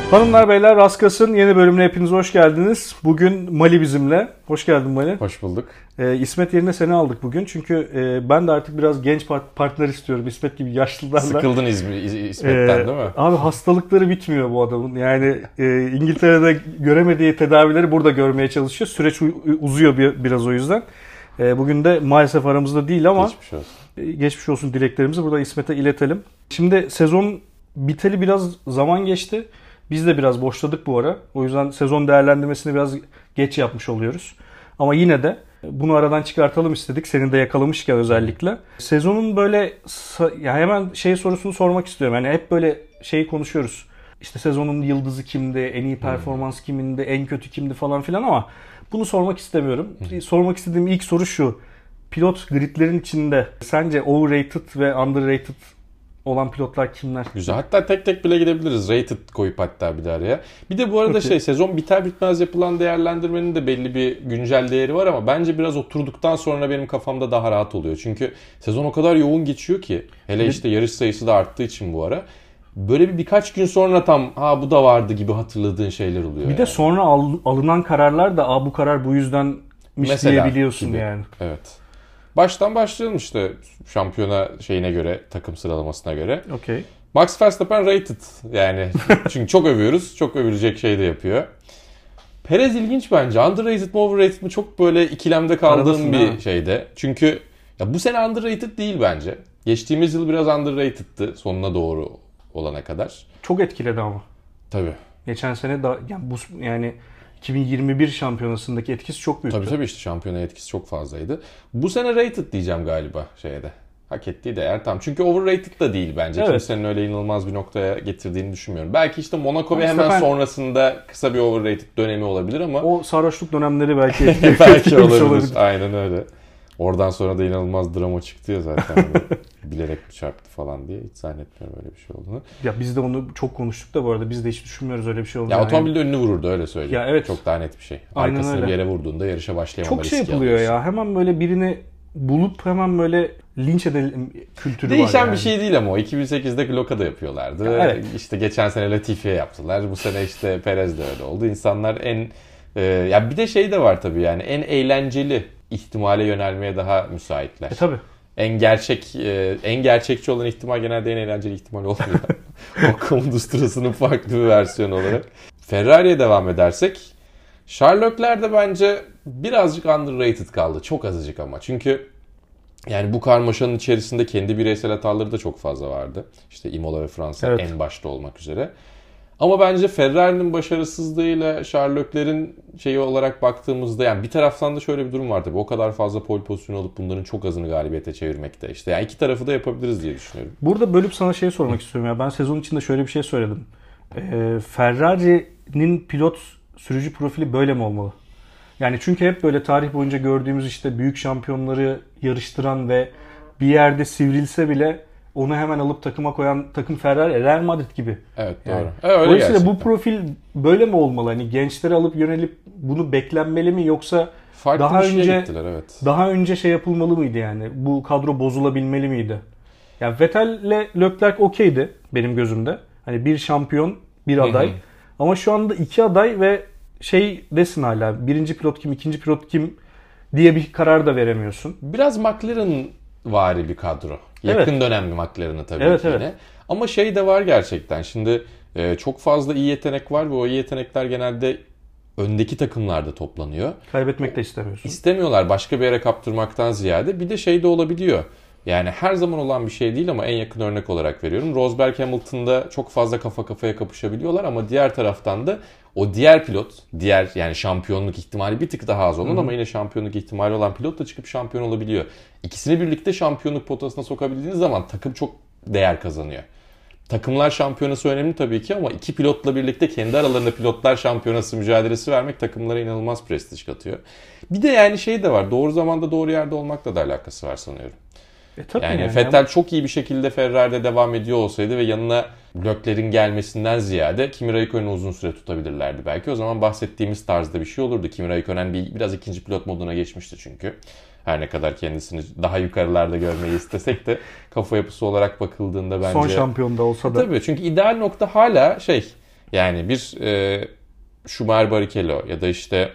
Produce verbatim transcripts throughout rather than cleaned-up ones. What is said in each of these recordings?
Hanımlar beyler, Raskas'ın yeni bölümüne hepiniz hoş geldiniz. Bugün Mali bizimle. Hoş geldin Mali. Hoş bulduk. Ee, İsmet yerine seni aldık bugün. Çünkü e, ben de artık biraz genç partner istiyorum. İsmet gibi yaşlılarla. Sıkıldın İsmet'ten ee, değil mi? Abi hastalıkları bitmiyor bu adamın. Yani e, İngiltere'de göremediği tedavileri burada görmeye çalışıyor. Süreç uzuyor bir, biraz o yüzden. E, bugün de maalesef aramızda değil ama geçmiş olsun. E, geçmiş olsun dileklerimizi burada İsmet'e iletelim. Şimdi sezon biteli biraz zaman geçti. Biz de biraz boşladık bu ara. O yüzden sezon değerlendirmesini biraz geç yapmış oluyoruz. Ama yine de bunu aradan çıkartalım istedik. Seni de yakalamışken özellikle. Sezonun böyle ya hemen şey sorusunu sormak istiyorum. Yani hep böyle şeyi konuşuyoruz. İşte sezonun yıldızı kimdi, en iyi performans kimindi, en kötü kimdi falan filan ama bunu sormak istemiyorum. Sormak istediğim ilk soru şu. Pilot gridlerin içinde sence overrated ve underrated olan pilotlar kimler? Güzel. Hatta tek tek bile gidebiliriz. Rated koyup hatta bir de araya. Bir de bu arada okay. şey sezon biter bitmez yapılan değerlendirmenin de belli bir güncel değeri var ama bence biraz oturduktan sonra benim kafamda daha rahat oluyor. Çünkü sezon o kadar yoğun geçiyor ki hele işte yarış sayısı da arttığı için bu ara. Böyle bir birkaç gün sonra tam ha bu da vardı gibi hatırladığın şeyler oluyor. Bir yani. de sonra al, alınan kararlar da Aa, bu karar bu yüzdenmiş diyebiliyorsun gibi. Yani. Evet. Baştan başlayalım işte şampiyona şeyine göre, takım sıralamasına göre. Okay. Max Verstappen rated yani çünkü çok övüyoruz, çok övülecek şey de yapıyor. Perez ilginç bence. Underrated mi overrated mi çok böyle ikilemde kaldığım Aradasın, bir ha. şeyde. Çünkü ya bu sene underrated değil bence. Geçtiğimiz yıl biraz underrated'tı sonuna doğru olana kadar. Çok etkiledi ama. Tabii. Geçen sene da yani bu yani iki bin yirmi bir şampiyonasındaki etkisi çok büyüktü. Tabii tabii işte şampiyona etkisi çok fazlaydı. Bu sene rated diyeceğim galiba şeyde. Hak ettiği değer tam. Çünkü overrated da değil bence. Evet. Kimsenin öyle inanılmaz bir noktaya getirdiğini düşünmüyorum. Belki işte Monaco ve hemen ben... sonrasında kısa bir overrated dönemi olabilir ama. O sarhoşluk dönemleri belki etkili, belki olabilir. olabilir. Aynen öyle. Oradan sonra da inanılmaz drama çıktı ya zaten. Bilerek mi çarptı falan diye. Hiç zannetmiyorum öyle bir şey olduğunu. Ya biz de onu çok konuştuk da bu arada. Biz de hiç düşünmüyoruz öyle bir şey olduğunu. Ya otomobilde önünü vururdu öyle söyleyeyim. Ya evet. Çok daha net bir şey. Aynen Arkasını öyle. bir yere vurduğunda yarışa başlayamama riski alıyorsun. Çok şey yapılıyor ya. Hemen böyle birini bulup hemen böyle linç edelim kültürü Değişen var yani. bir şey değil ama o iki bin sekizdeki Loka'da yapıyorlardı. Ya evet. İşte geçen sene Latifi'ye yaptılar. Bu sene işte Perez de öyle oldu. İnsanlar en e, ya bir de şey de var tabii yani en eğlenceli ihtimale yönelmeye daha müsaitler. E tabii. En gerçek, e, en gerçekçi olan ihtimal genelde en eğlenceli ihtimal oluyor. O komdusturasının farklı bir versiyonu olarak. Ferrari'ye devam edersek, Charles Leclerc de bence birazcık underrated kaldı. Çok azıcık ama. Çünkü yani bu karmaşanın içerisinde kendi bireysel hataları da çok fazla vardı. İşte Imola ve Fransa evet. en başta olmak üzere. Ama bence Ferrari'nin başarısızlığıyla Charles Leclerc'in şeyi olarak baktığımızda yani bir taraftan da şöyle bir durum var tabii. O kadar fazla pole pozisyonu olup bunların çok azını galibiyete çevirmekte. İşte yani iki tarafı da yapabiliriz diye düşünüyorum. Burada bölüp sana şey sormak istiyorum ya. Ben sezon içinde şöyle bir şey söyledim. Ee, Ferrari'nin pilot sürücü profili böyle mi olmalı? Yani çünkü hep böyle tarih boyunca gördüğümüz işte büyük şampiyonları yarıştıran ve bir yerde sivrilse bile onu hemen alıp takıma koyan takım Ferrari, Real Madrid gibi. Evet doğru. Yani. Evet, öyle dolayısıyla gerçekten. bu profil böyle mi olmalı? Hani gençleri alıp yönelip bunu beklenmeli mi yoksa farklı daha önce gittiler, evet. daha önce şey yapılmalı mıydı yani? Bu kadro bozulabilmeli miydi? Yani Vettel'le Leclerc okeydi benim gözümde. Hani bir şampiyon, bir aday. Hı hı. Ama şu anda iki aday ve şey desin hala birinci pilot kim, ikinci pilot kim diye bir karar da veremiyorsun. Biraz McLaren vari bir kadro. Yakın evet. dönem McLaren'ı tabii evet, ki evet. yine. Ama şey de var gerçekten. Şimdi e, çok fazla iyi yetenek var ve o iyi yetenekler genelde öndeki takımlarda toplanıyor. Kaybetmek de istemiyorsun. İstemiyorlar başka bir yere kaptırmaktan ziyade. Bir de şey de olabiliyor. Yani her zaman olan bir şey değil ama en yakın örnek olarak veriyorum. Rosberg Hamilton'da çok fazla kafa kafaya kapışabiliyorlar ama diğer taraftan da o diğer pilot, diğer yani şampiyonluk ihtimali bir tık daha az olan Hı-hı. ama yine şampiyonluk ihtimali olan pilot da çıkıp şampiyon olabiliyor. İkisini birlikte şampiyonluk potasına sokabildiğiniz zaman takım çok değer kazanıyor. Takımlar şampiyonası önemli tabii ki ama iki pilotla birlikte kendi aralarında pilotlar şampiyonası mücadelesi vermek takımlara inanılmaz prestij katıyor. Bir de yani şey de var, doğru zamanda doğru yerde olmakla da alakası var sanıyorum. E, tabii yani, yani Vettel çok iyi bir şekilde Ferrari'de devam ediyor olsaydı ve yanına Leclerc'in gelmesinden ziyade Kimi Räikkönen'i uzun süre tutabilirlerdi belki. O zaman bahsettiğimiz tarzda bir şey olurdu. Kimi Räikkönen bir, biraz ikinci pilot moduna geçmişti çünkü. Her ne kadar kendisini daha yukarılarda görmeyi istesek de kafa yapısı olarak bakıldığında bence... Son şampiyonda olsa da. Tabii çünkü ideal nokta hala şey... Yani bir e, Schumacher Barrichello ya da işte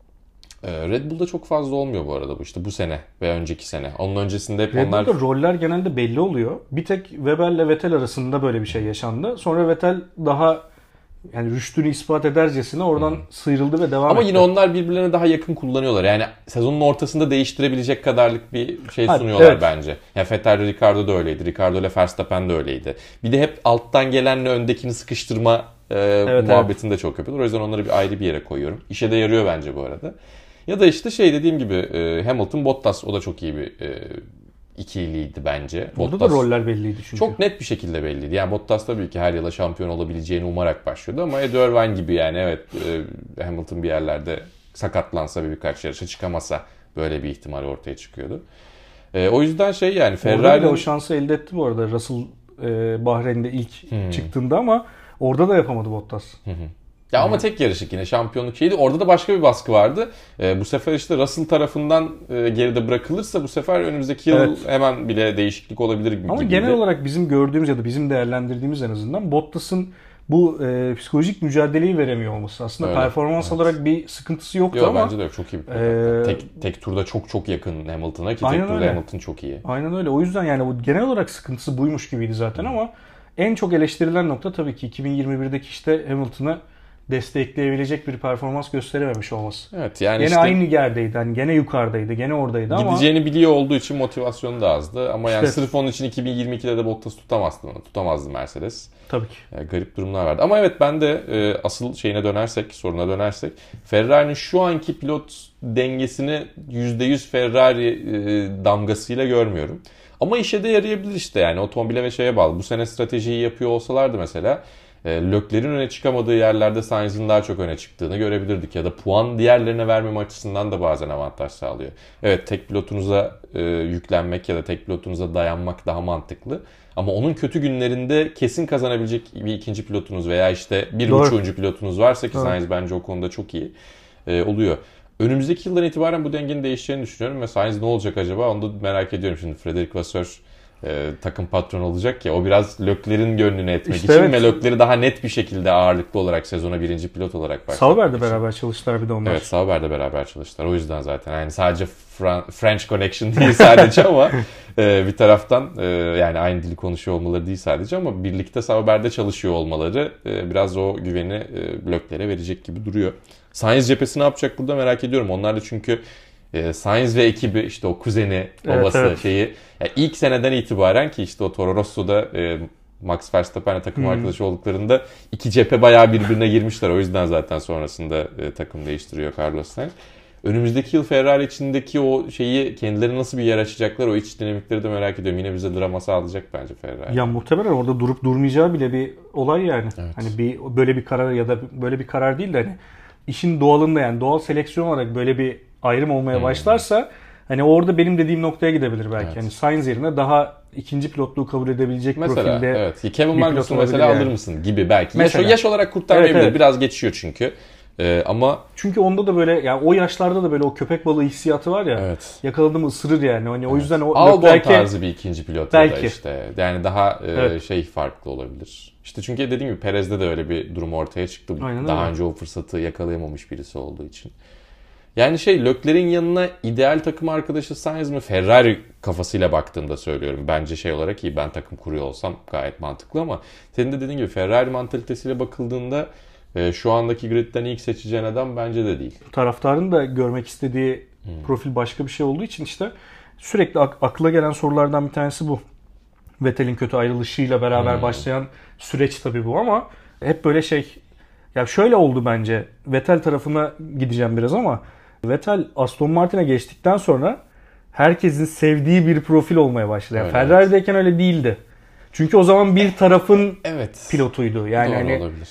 e, Red Bull'da çok fazla olmuyor bu arada bu işte bu sene ve önceki sene. Onun öncesinde hep Red onlar... Bull'da roller genelde belli oluyor. Bir tek Weber'le Vettel arasında böyle bir şey yaşandı. Sonra Vettel daha yani rüştünü ispat edercesine oradan hmm. sıyrıldı ve devam Ama etti. yine onlar birbirlerine daha yakın kullanıyorlar. Yani sezonun ortasında değiştirebilecek kadarlık bir şey ha, sunuyorlar evet. bence. Yani Vettel ile Ricardo da öyleydi. Ricardo ile Verstappen de öyleydi. Bir de hep alttan gelenle öndekini sıkıştırma e, evet, muhabbetini evet. de çok yapıyorlar. O yüzden onları bir ayrı bir yere koyuyorum. İşe de yarıyor bence bu arada. Ya da işte şey dediğim gibi e, Hamilton Bottas o da çok iyi bir e, ikiliydi bence. Burada Bottas, da roller belliydi çünkü. Çok net bir şekilde belliydi. Yani Bottas tabii ki her yıla şampiyon olabileceğini umarak başlıyordu ama Ed Irvine gibi yani evet e, Hamilton bir yerlerde sakatlansa bir birkaç yarışa çıkamasa böyle bir ihtimal ortaya çıkıyordu. E, o yüzden şey yani Ferrari... Orada bile o şansı elde etti bu arada Russell e, Bahreyn'de ilk hmm. çıktığında ama orada da yapamadı Bottas. Hı hı. Ya ama tek yarışık yine şampiyonluk şeydi. Orada da başka bir baskı vardı. Ee, bu sefer işte Russell tarafından e, geride bırakılırsa bu sefer önümüzdeki yıl evet. hemen bile değişiklik olabilir gibi. Ama genel olarak bizim gördüğümüz ya da bizim değerlendirdiğimiz en azından Bottas'ın bu e, psikolojik mücadeleyi veremiyor olması. Aslında öyle. Performans evet. olarak bir sıkıntısı yoktu yok, ama. Bence de yok. Çok iyi bir e... tek, tek turda çok çok yakın Hamilton'a ki tek turda öyle. Hamilton çok iyi. Aynen öyle. O yüzden yani bu genel olarak sıkıntısı buymuş gibiydi zaten hmm. ama en çok eleştirilen nokta tabii ki iki bin yirmi birdeki işte Hamilton'a destekleyebilecek bir performans gösterememiş olması. Evet yani gene işte aynı yerdeydi. Hani gene yukarıdaydı, gene oradaydı ama gideceğini biliyor olduğu için motivasyonu da azdı. Ama yani işte, sırf onun için iki bin yirmi ikide de Bottas tutamazdı onu. Tutamazdı Mercedes. Tabii ki. Yani garip durumlar vardı. Ama evet ben de e, asıl şeyine dönersek, soruna dönersek Ferrari'nin şu anki pilot dengesini yüzde yüz Ferrari e, damgasıyla görmüyorum. Ama işe de yarayabilir işte yani otomobile ve şeye bağlı. Bu sene stratejiyi yapıyor olsalardı mesela Leclerc'in öne çıkamadığı yerlerde Sainz'in daha çok öne çıktığını görebilirdik. Ya da puan diğerlerine vermeme açısından da bazen avantaj sağlıyor. Evet tek pilotunuza e, yüklenmek ya da tek pilotunuza dayanmak daha mantıklı. Ama onun kötü günlerinde kesin kazanabilecek bir ikinci pilotunuz veya işte bir Doğru. üçüncü pilotunuz varsa ki Doğru. Sainz bence o konuda çok iyi e, oluyor. Önümüzdeki yıldan itibaren bu dengenin değişeceğini düşünüyorum ve Sainz ne olacak acaba onu da merak ediyorum. Şimdi Frederic Vasseur e, takım patronu olacak ya o biraz Leclerc'in gönlünü etmek işte için evet. ve Leclerc'i daha net bir şekilde ağırlıklı olarak sezona birinci pilot olarak başlatmak Sauber'de beraber çalıştılar bir de onlar. Evet Sauber'de beraber çalıştılar o yüzden zaten yani sadece Fran- French Connection değil sadece ama e, bir taraftan e, yani aynı dili konuşuyor olmaları değil sadece ama birlikte Sauber'de çalışıyor olmaları e, biraz o güveni e, Leclerc'e verecek gibi duruyor. Sainz cephesi ne yapacak burada merak ediyorum. Onlar da çünkü e, Sainz ve ekibi işte o kuzeni, babası evet, evet. şeyi yani ilk seneden itibaren ki işte o Toro Rosso'da e, Max Verstappen'le takım hmm. arkadaşı olduklarında iki cephe bayağı birbirine girmişler. O yüzden zaten sonrasında e, takım değiştiriyor Carlos Sainz. Önümüzdeki yıl Ferrari içindeki o şeyi kendileri nasıl bir yer açacaklar o iç dinamikleri de merak ediyorum. Yine bize drama sağlayacak bence Ferrari. Ya muhtemelen orada durup durmayacağı bile bir olay yani. Evet. Hani bir böyle bir karar ya da böyle bir karar değil de hani işin doğalında yani doğal seleksiyon olarak böyle bir ayrım olmaya hmm. başlarsa hani orada benim dediğim noktaya gidebilir belki. Evet. Yani Sainz yerine daha ikinci pilotluğu kabul edebilecek mesela, profilde. Evet. Kevin Magnus'u mesela yani. Alır mısın gibi belki. Mesela. Yaş, yaş olarak kurtarmayabilir. Evet, evet. Biraz geçiyor çünkü. Ee, ama çünkü onda da böyle yani o yaşlarda da böyle o köpek balığı hissiyatı var ya. Evet. Yakaladım ısırır yani. Hani evet. O yüzden o Albon belki, tarzı bir ikinci pilot belki. Ya da işte. Yani daha e, evet. şey farklı olabilir. İşte çünkü dediğim gibi Perez'de de öyle bir durum ortaya çıktı. Aynen daha öyle. önce o fırsatı yakalayamamış birisi olduğu için. Yani şey Leclerc'in yanına ideal takım arkadaşı Sainz mi? Ferrari kafasıyla baktığımda söylüyorum. Bence şey olarak iyi ben takım kuruyor olsam gayet mantıklı ama senin de dediğin gibi Ferrari mantalitesiyle bakıldığında e, şu andaki gridden ilk seçeceğin adam bence de değil. Taraftarın da görmek istediği hmm. profil başka bir şey olduğu için işte sürekli ak- akla gelen sorulardan bir tanesi bu. Vettel'in kötü ayrılışıyla beraber hmm. başlayan süreç tabii bu ama hep böyle şey ya şöyle oldu bence. Vettel tarafına gideceğim biraz ama Vettel Aston Martin'e geçtikten sonra herkesin sevdiği bir profil olmaya başladı. Yani Ferrari'deyken öyle değildi. Çünkü o zaman bir tarafın evet. pilotuydu. Yani doğru hani olabilir.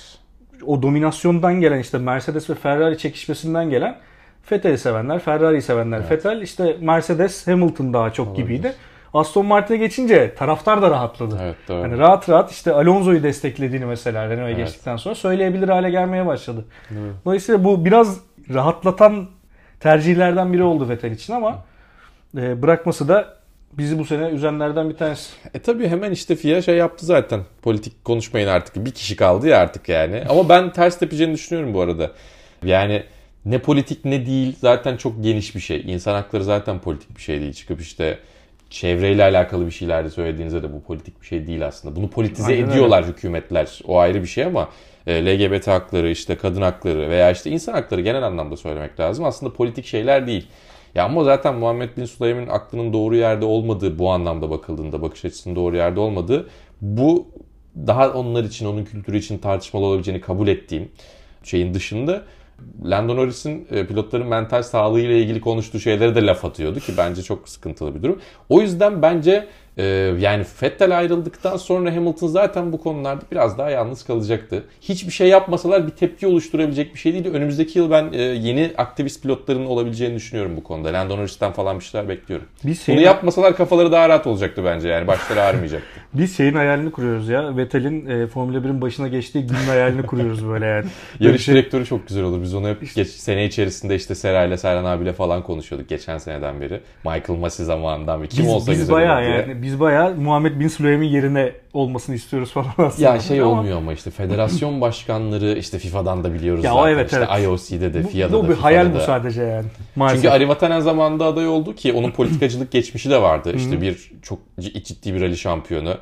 O dominasyondan gelen işte Mercedes ve Ferrari çekişmesinden gelen Vettel'i sevenler, Ferrari'yi sevenler. Evet. Vettel işte Mercedes, Hamilton daha çok olabilir. Gibiydi. Aston Martin'e geçince taraftar da rahatladı. Evet, doğru. Yani rahat rahat işte Alonso'yu desteklediğini mesela Renault'a evet. geçtikten sonra söyleyebilir hale gelmeye başladı. Evet. Dolayısıyla bu biraz rahatlatan tercihlerden biri oldu Vettel için ama e, bırakması da bizi bu sene üzenlerden bir tanesi. E tabii hemen işte F I A şey yaptı zaten. Politik konuşmayın artık. Bir kişi kaldı ya artık yani. Ama ben ters tepeceğini düşünüyorum bu arada. Yani ne politik ne değil zaten çok geniş bir şey. İnsan hakları zaten politik bir şey değil. Çıkıp işte çevreyle alakalı bir şeyler de söylediğinizde de bu politik bir şey değil aslında. Bunu politize Aynen ediyorlar öyle. hükümetler. O ayrı bir şey ama L G B T hakları, işte kadın hakları veya işte insan hakları genel anlamda söylemek lazım. Aslında politik şeyler değil. Ya ama zaten Muhammed Bin Süleyman'ın aklının doğru yerde olmadığı, bu anlamda bakıldığında bakış açısının doğru yerde olmadığı, bu daha onlar için, onun kültürü için tartışmalı olabileceğini kabul ettiğim şeyin dışında Lando Norris'in pilotların mental sağlığıyla ilgili konuştuğu şeylere de laf atıyordu ki bence çok sıkıntılı bir durum. O yüzden bence e, yani Vettel ayrıldıktan sonra Hamilton zaten bu konularda biraz daha yalnız kalacaktı. Hiçbir şey yapmasalar bir tepki oluşturabilecek bir şey değil. Önümüzdeki yıl ben e, yeni aktivist pilotların olabileceğini düşünüyorum bu konuda. Lando Norris'ten falan bir şeyler bekliyorum. Biz Bunu şeyin, yapmasalar kafaları daha rahat olacaktı bence yani. Başları ağrımayacaktı. biz şeyin hayalini kuruyoruz ya. Vettel'in e, Formula birin başına geçtiği günün hayalini kuruyoruz böyle yani. Yarış direktörü çok güzel olur. Biz onu hep geç, sene içerisinde işte Seray'la Serhan abiyle falan konuşuyorduk geçen seneden beri. Michael Masi zamanından beri. Kim Biz, olsa biz güzel bayağı olur diye. yani biz bayağı Muhammed Bin Süleyman'ın yerine olmasını istiyoruz falan aslında. Ya şey ama olmuyor ama işte federasyon başkanları işte FIFA'dan da biliyoruz ya o zaten. evet, işte evet. I O C'de de bu, F I A'da da bu bir FIFA'da hayal da. bu sadece yani. Maalesef. Çünkü Ari Vatanen zamanında aday oldu ki onun politikacılık geçmişi de vardı. İşte bir çok ciddi bir rally şampiyonu.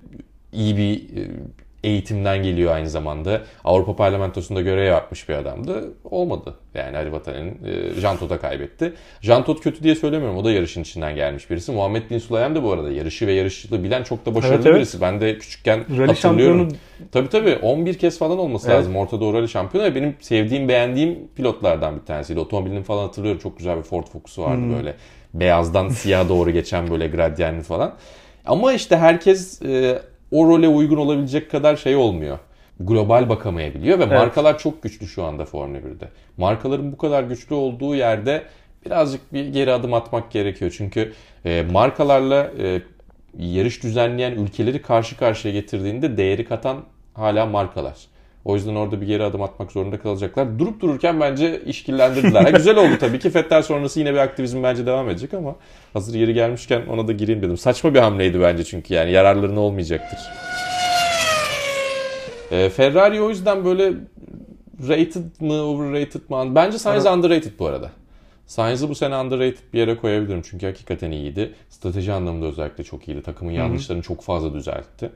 İyi bir eğitimden geliyor aynı zamanda. Avrupa Parlamentosu'nda görev yapmış bir adamdı. Olmadı. Yani Ari Vatanen'in e, Jean Todt'a kaybetti. Jean Todt kötü diye söylemiyorum. O da yarışın içinden gelmiş birisi. Muhammed Bin Sulayem de bu arada yarışı ve yarışçılığı bilen çok da başarılı evet, evet. birisi. Ben de küçükken Rally hatırlıyorum. şampiyonu... Tabii tabii on bir kez falan olması evet. lazım. Orta Doğu Rally şampiyonu ve benim sevdiğim, beğendiğim pilotlardan bir tanesiydi. Otomobilini falan hatırlıyorum. Çok güzel bir Ford Focus'u vardı hmm. böyle. Beyazdan siyaha doğru geçen böyle gradyenli falan. Ama işte herkes e, o role uygun olabilecek kadar şey olmuyor. Global bakamayabiliyor ve evet. markalar çok güçlü şu anda Formula birde. Markaların bu kadar güçlü olduğu yerde birazcık bir geri adım atmak gerekiyor. Çünkü e, markalarla e, yarış düzenleyen ülkeleri karşı karşıya getirdiğinde değeri katan hala markalar. O yüzden orada bir geri adım atmak zorunda kalacaklar. Durup dururken bence işkillendirdiler. Ha, güzel oldu tabii ki. Vettel sonrası yine bir aktivizm bence devam edecek ama hazır yeri gelmişken ona da gireyim dedim. Saçma bir hamleydi bence çünkü yani yararlarına olmayacaktır. E, Ferrari o yüzden böyle rated mı, overrated mı? Bence Sainz evet. underrated bu arada. Sainz'ı bu sene underrated bir yere koyabilirim çünkü hakikaten iyiydi. Strateji anlamında özellikle çok iyiydi. Takımın Hı-hı. yanlışlarını çok fazla düzeltti.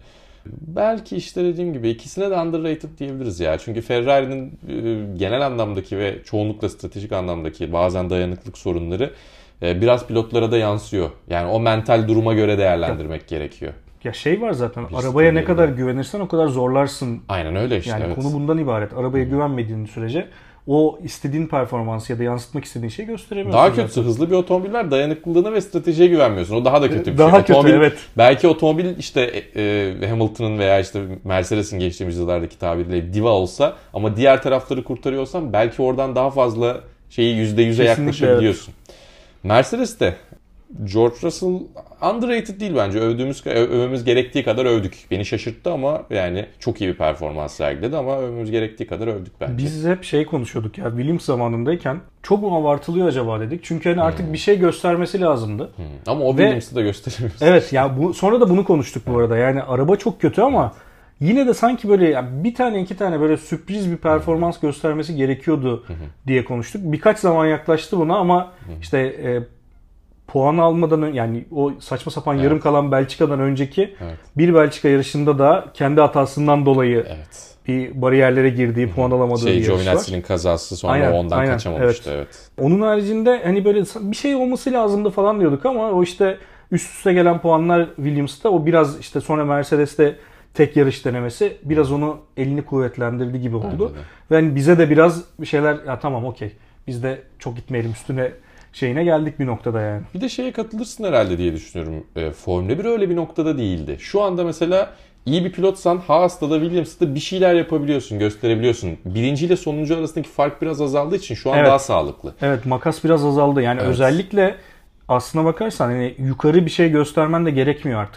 Belki işte dediğim gibi ikisine de underrated diyebiliriz ya. Çünkü Ferrari'nin genel anlamdaki ve çoğunlukla stratejik anlamdaki bazen dayanıklık sorunları biraz pilotlara da yansıyor. Yani o mental duruma göre değerlendirmek ya, gerekiyor. Ya şey var zaten bir arabaya ne kadar güvenirsen o kadar zorlarsın. Aynen öyle işte. Yani evet. konu bundan ibaret. Arabaya hmm. güvenmediğin sürece o istediğin performansı ya da yansıtmak istediğin şeyi gösteremiyorsun. Daha kötüsü zaten. Hızlı bir otomobil var. Dayanıklılığına ve stratejiye güvenmiyorsun. O daha da kötü bir daha şey. Daha kötü otomobil, evet. Belki otomobil işte e, Hamilton'ın veya işte Mercedes'in geçtiğimiz yıllardaki tabiriyle diva olsa ama diğer tarafları kurtarıyorsan belki oradan daha fazla şeyi yüzde yüze yaklaşabiliyorsun. Evet. Mercedes de George Russell underrated değil bence. Övdüğümüz, övmemiz gerektiği kadar övdük. Beni şaşırttı ama yani çok iyi bir performans sergiledi ama övmemiz gerektiği kadar övdük bence. Biz hep şey konuşuyorduk ya Williams zamanındayken çok mu abartılıyor acaba dedik. Çünkü hani artık hmm. bir şey göstermesi lazımdı. Hmm. Ama o Williams'ı da gösteremiyoruz. Evet ya bu, sonra da bunu konuştuk bu arada. Yani araba çok kötü ama yine de sanki böyle yani bir tane iki tane böyle sürpriz bir performans göstermesi gerekiyordu hmm. diye konuştuk. Birkaç zaman yaklaştı buna ama hmm. işte e, puan almadan yani o saçma sapan evet. yarım kalan Belçika'dan önceki evet. bir Belçika yarışında da kendi hatasından dolayı evet. bir bariyerlere girdiği, Hı-hı. puan alamadığı şey, bir yarış var. Giovinazzi'nin kazası sonra aynen, ondan aynen, kaçamamıştı. Evet. evet. Onun haricinde hani böyle bir şey olması lazımdı falan diyorduk ama o işte üst üste gelen puanlar Williams'ta o biraz işte sonra Mercedes'te tek yarış denemesi biraz onu elini kuvvetlendirdi gibi oldu. Evet, ve hani bize de biraz bir şeyler ya tamam okey biz de çok gitmeyelim üstüne şeyine geldik bir noktada yani. Bir de şeye katılırsın herhalde diye düşünüyorum. E, Formula bir öyle bir noktada değildi. Şu anda mesela iyi bir pilotsan Haas'ta da Williams'ta da bir şeyler yapabiliyorsun, gösterebiliyorsun. Birinci ile sonuncu arasındaki fark biraz azaldığı için şu an evet. daha sağlıklı. Evet, makas biraz azaldı. Yani evet. özellikle aslına bakarsan hani yukarı bir şey göstermen de gerekmiyor artık.